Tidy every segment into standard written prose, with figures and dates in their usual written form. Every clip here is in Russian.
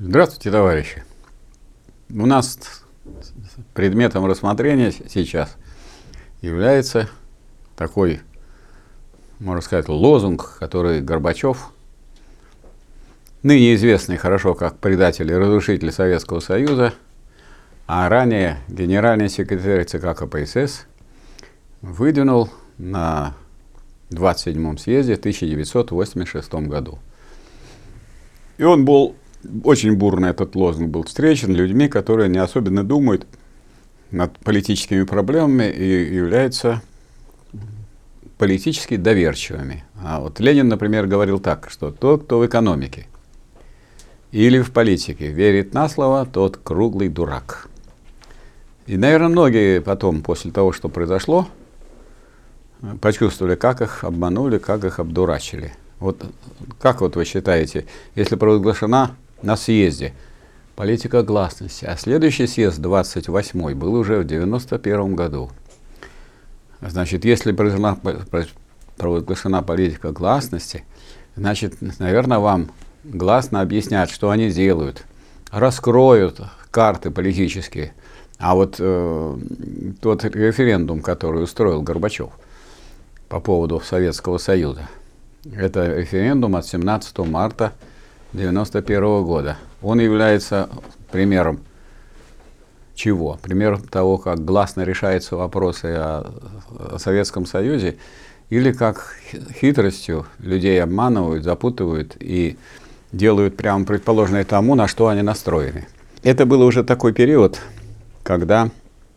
Здравствуйте, товарищи. У нас предметом рассмотрения сейчас является такой, можно сказать, лозунг, который Горбачев, ныне известный хорошо как предатель и разрушитель Советского Союза, а ранее генеральный секретарь ЦК КПСС, выдвинул на 27-м съезде в 1986 году. И он был очень бурно, этот лозунг был встречен людьми, которые не особенно думают над политическими проблемами и являются политически доверчивыми. А вот Ленин, например, говорил так, что тот, кто в экономике или в политике верит на слово, тот круглый дурак. И, наверное, многие потом, после того, что произошло, почувствовали, как их обманули, как их обдурачили. Вот как вот вы считаете, если провозглашена на съезде политика гласности, а следующий съезд, 28-й, был уже в 91 году. Значит, если провозглашена политика гласности, значит, наверное, вам гласно объяснять, что они делают, раскроют карты политические. А вот тот референдум, который устроил Горбачев по поводу Советского Союза, это референдум от 17 марта 1991 года. Он является примером чего? Примером того, как гласно решаются вопросы о Советском Союзе, или как хитростью людей обманывают, запутывают и делают прямо предположенное тому, на что они настроены. Это был уже такой период, когда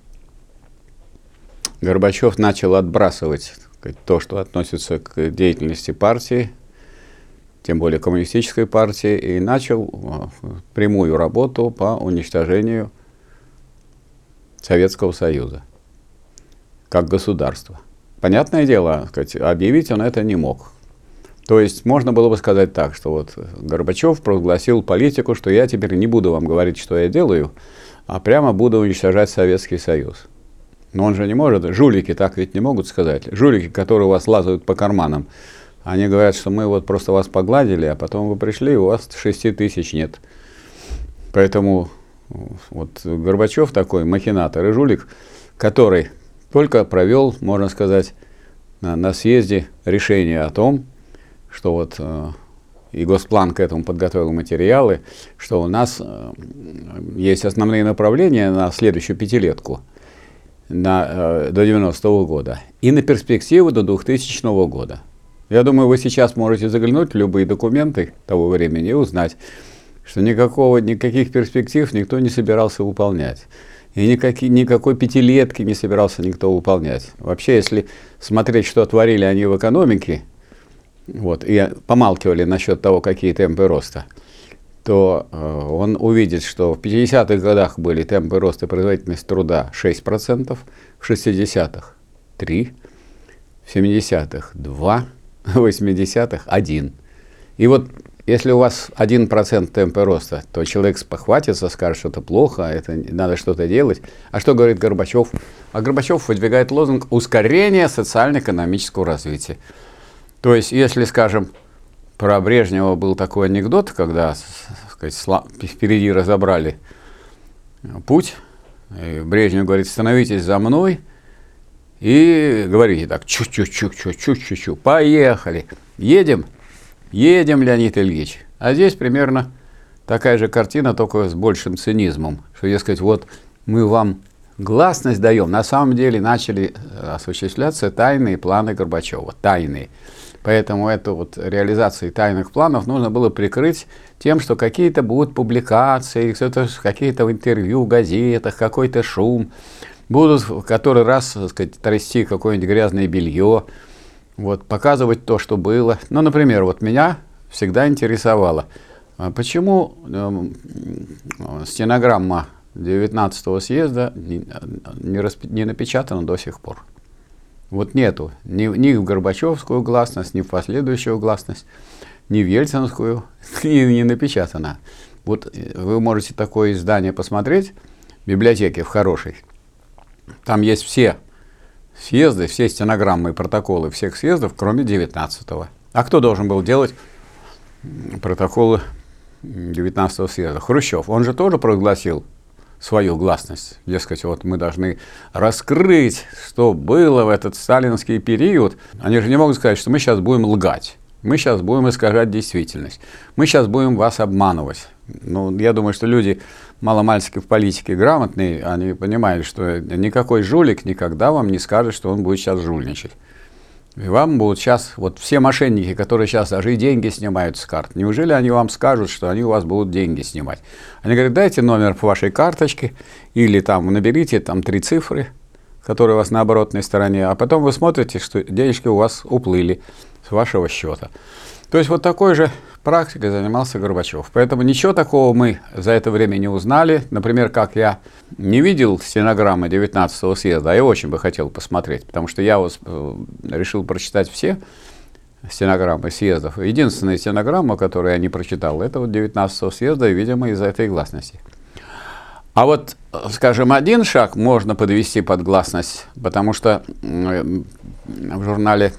Горбачев начал отбрасывать то, что относится к деятельности партии, тем более коммунистической партии, и начал прямую работу по уничтожению Советского Союза как государства. Понятное дело, объявить он это не мог. То есть можно было бы сказать так, что вот Горбачев провозгласил политику, что я теперь не буду вам говорить, что я делаю, а прямо буду уничтожать Советский Союз. Но он же не может, жулики так ведь не могут сказать. Жулики, которые у вас лазают по карманам, они говорят, что мы вот просто вас погладили, а потом вы пришли, и у вас 6 тысяч нет. Поэтому вот Горбачев такой махинатор и жулик, который только провел, можно сказать, на съезде решение о том, что вот и Госплан к этому подготовил материалы, что у нас есть основные направления на следующую пятилетку, до 90-го года и на перспективу до 2000 года. Я думаю, вы сейчас можете заглянуть в любые документы того времени и узнать, что никаких перспектив никто не собирался выполнять. И никакой пятилетки не собирался никто выполнять. Вообще, если смотреть, что творили они в экономике, вот, и помалкивали насчет того, какие темпы роста, то он увидит, что в 50-х годах были темпы роста производительности труда 6%, в 60-х 3%, в 70-х 2%, в 80-х 1%. И вот если у вас 1% темпа роста, то человек спохватится, скажет, что это плохо, это надо что-то делать. А что говорит Горбачев? А Горбачев выдвигает лозунг ускорения социально-экономического развития. То есть, если, скажем, про Брежнева был такой анекдот, когда, так сказать, впереди разобрали путь, и Брежнев говорит: становитесь за мной и говорите так: чу-чу-чу-чу-чу-чу-чу, поехали, едем, Леонид Ильич. А здесь примерно такая же картина, только с большим цинизмом, что, дескать, вот мы вам гласность даем, на самом деле начали осуществляться тайные планы Горбачева, тайные. Поэтому эту вот реализацию тайных планов нужно было прикрыть тем, что какие-то будут публикации, какие-то интервью в газетах, какой-то шум, будут в который раз, так сказать, трясти какое-нибудь грязное белье, вот, показывать то, что было. Ну, например, вот меня всегда интересовало, почему стенограмма 19-го съезда не напечатана до сих пор. Вот нету ни в Горбачевскую гласность, ни в последующую гласность, ни в ельцинскую, не напечатана. Вот вы можете такое издание посмотреть в библиотеке, в хорошей. Там есть все съезды, все стенограммы и протоколы всех съездов, кроме 19-го. А кто должен был делать протоколы 19-го съезда, Хрущев, он же тоже провозгласил свою гласность. Дескать, вот мы должны раскрыть, что было в этот сталинский период. Они же не могут сказать, что мы сейчас будем лгать, мы сейчас будем искажать действительность, мы сейчас будем вас обманывать. Ну, я думаю, что люди маломальски в политике грамотные, они понимают, что никакой жулик никогда вам не скажет, что он будет сейчас жульничать. И вам будут сейчас, вот все мошенники, которые сейчас даже и деньги снимают с карт, неужели они вам скажут, что они у вас будут деньги снимать? Они говорят, дайте номер по вашей карточке, или там наберите там 3 цифры, которые у вас на оборотной стороне, а потом вы смотрите, что денежки у вас уплыли с вашего счета. То есть вот такой же практикой занимался Горбачев. Поэтому ничего такого мы за это время не узнали. Например, как я не видел стенограммы 19-го съезда, а я очень бы хотел посмотреть, потому что я решил прочитать все стенограммы съездов. Единственная стенограмма, которую я не прочитал, это вот 19-го съезда, и, видимо, из-за этой гласности. А вот, скажем, один шаг можно подвести под гласность, потому что в журнале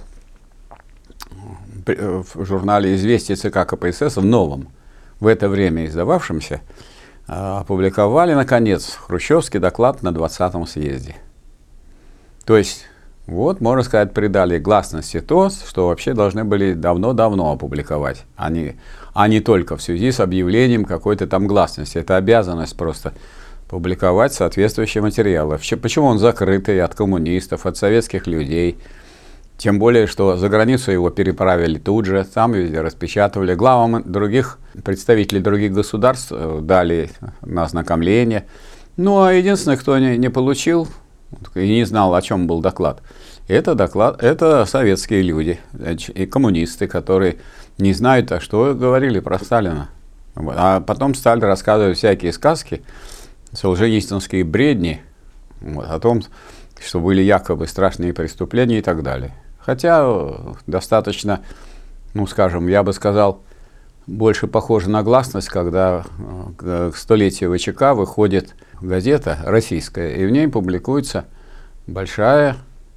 «Известия ЦК КПСС» в новом, в это время издававшемся, опубликовали, наконец, хрущевский доклад на 20-м съезде. То есть, вот, можно сказать, придали гласности то, что вообще должны были давно-давно опубликовать, а не только в связи с объявлением какой-то там гласности. Это обязанность просто публиковать соответствующие материалы. Почему он закрытый от коммунистов, от советских людей? Тем более, что за границу его переправили тут же, там везде распечатывали. Главам других, представителей других государств дали на ознакомление. Ну, а единственное, кто не получил и не знал, о чем был доклад, это советские люди и коммунисты, которые не знают, а что говорили про Сталина. А потом стали рассказывать всякие сказки, солженицынские бредни о том, что были якобы страшные преступления и так далее. Хотя достаточно, ну скажем, я бы сказал, больше похоже на гласность, когда к столетию ВЧК выходит газета российская, и в ней публикуется большая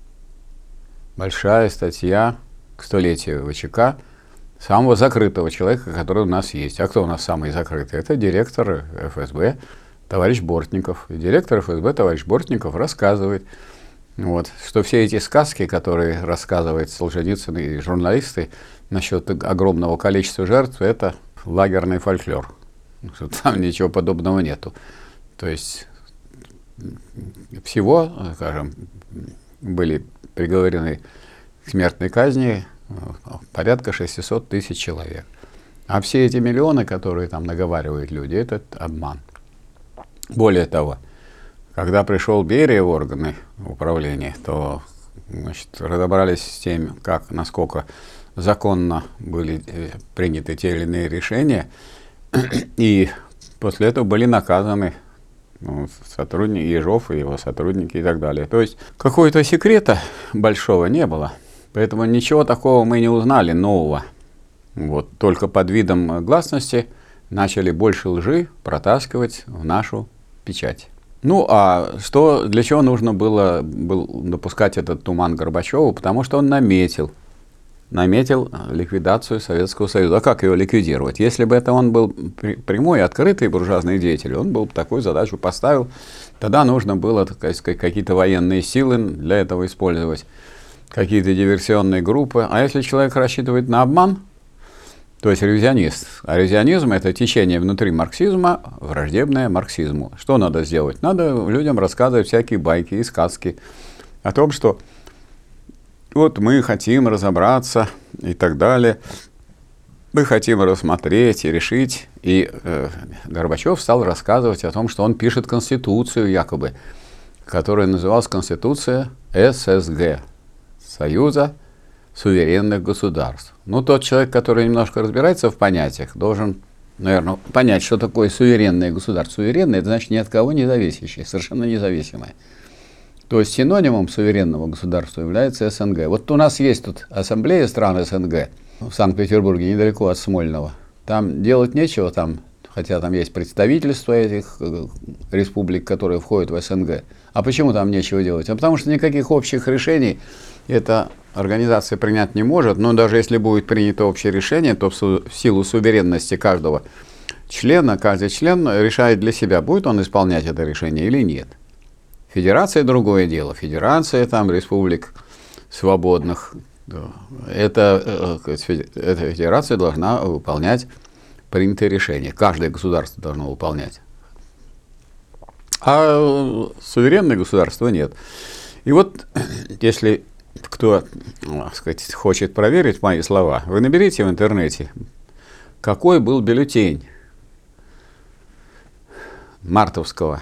статья к столетию ВЧК самого закрытого человека, который у нас есть. А кто у нас самый закрытый? Это директор ФСБ товарищ Бортников. И директор ФСБ товарищ Бортников рассказывает, вот, что все эти сказки, которые рассказывают Солженицын и журналисты насчет огромного количества жертв, это лагерный фольклор. Что там ничего подобного нету. То есть всего, скажем, были приговорены к смертной казни порядка 600 тысяч человек. А все эти миллионы, которые там наговаривают люди, это обман. Более того, когда пришел Берия в органы управления, то, значит, разобрались с тем, насколько законно были приняты те или иные решения, и после этого были наказаны сотрудники Ежов и его сотрудники и так далее. То есть какого-то секрета большого не было, поэтому ничего такого мы не узнали нового. Вот, только под видом гласности начали больше лжи протаскивать в нашу печать. Ну, а для чего нужно было допускать этот туман Горбачеву? Потому что он наметил ликвидацию Советского Союза. А как ее ликвидировать? Если бы это он был прямой, открытый буржуазный деятель, он бы такую задачу поставил, тогда нужно было, так сказать, какие-то военные силы для этого использовать, какие-то диверсионные группы. А если человек рассчитывает на обман, то есть ревизионист. А ревизионизм – это течение внутри марксизма, враждебное марксизму. Что надо сделать? Надо людям рассказывать всякие байки и сказки о том, что вот мы хотим разобраться и так далее. Мы хотим рассмотреть и решить. И Горбачев стал рассказывать о том, что он пишет Конституцию якобы, которая называлась Конституция ССГ – Союза суверенных государств. Ну, тот человек, который немножко разбирается в понятиях, должен, наверное, понять, что такое суверенное государство. Суверенное – это значит ни от кого не зависящее, совершенно независимое. То есть синонимом суверенного государства является СНГ. Вот у нас есть тут ассамблея стран СНГ в Санкт-Петербурге, недалеко от Смольного. Там делать нечего, хотя там есть представительство этих республик, которые входят в СНГ. А почему там нечего делать? А потому что никаких общих решений эта организация принять не может, но даже если будет принято общее решение, то в силу суверенности каждого каждый член решает для себя, будет он исполнять это решение или нет. Федерация — другое дело. Федерация там республик свободных. Эта федерация должна выполнять принятые решения. Каждое государство должно выполнять. А суверенное государство нет. И вот, если кто, так сказать, хочет проверить мои слова, вы наберите в интернете, какой был бюллетень мартовского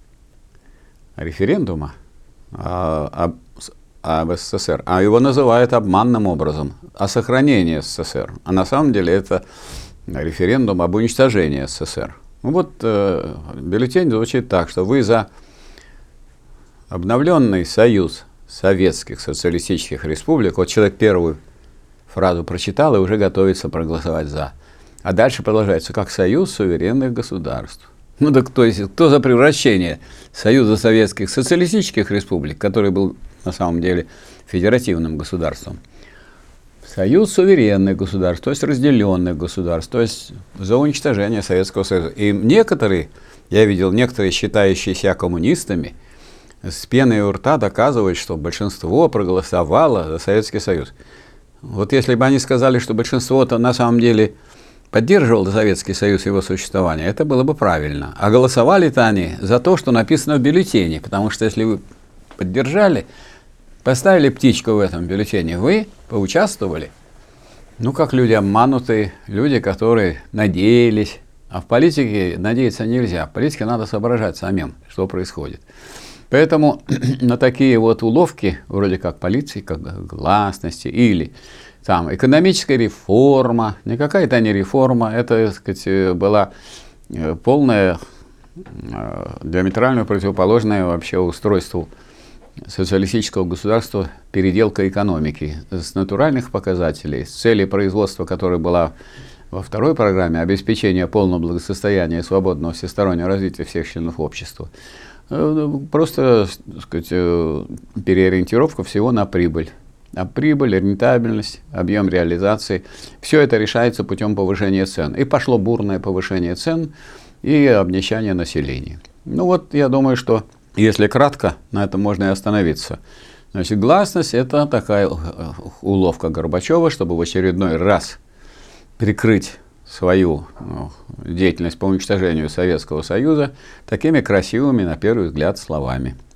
референдума об СССР. А его называют обманным образом о сохранении СССР. А на самом деле это референдум об уничтожении СССР. Ну вот бюллетень звучит так, что вы за обновленный союз советских социалистических республик. Вот человек первую фразу прочитал и уже готовится проголосовать за. А дальше продолжается, как союз суверенных государств. Ну так то есть, кто за превращение Союза Советских Социалистических Республик, который был на самом деле федеративным государством, Союз суверенных государств, то есть разделенных государств, то есть за уничтожение Советского Союза. И некоторые, я видел, некоторые, считающие себя коммунистами, с пеной у рта доказывают, что большинство проголосовало за Советский Союз. Вот если бы они сказали, что большинство-то на самом деле поддерживал Советский Союз и его существование, это было бы правильно. А голосовали-то они за то, что написано в бюллетене, потому что если вы поддержали, поставили птичку в этом бюллетене, вы поучаствовали. Ну, как люди обманутые, люди, которые надеялись. А в политике надеяться нельзя. В политике надо соображать самим, что происходит. Поэтому на такие вот уловки, вроде как полиции, как гласности или там экономическая реформа, не какая-то не реформа, это, так сказать, была полная, диаметрально противоположное вообще устройству социалистического государства переделка экономики с натуральных показателей, с целью производства, которая была во второй программе, обеспечения полного благосостояния и свободного всестороннего развития всех членов общества. Просто, так сказать, переориентировка всего на прибыль. А прибыль, рентабельность, объем реализации, все это решается путем повышения цен. И пошло бурное повышение цен и обнищание населения. Ну вот, я думаю, что если кратко, на этом можно и остановиться. Значит, гласность — это такая уловка Горбачева, чтобы в очередной раз прикрыть свою деятельность по уничтожению Советского Союза такими красивыми, на первый взгляд, словами.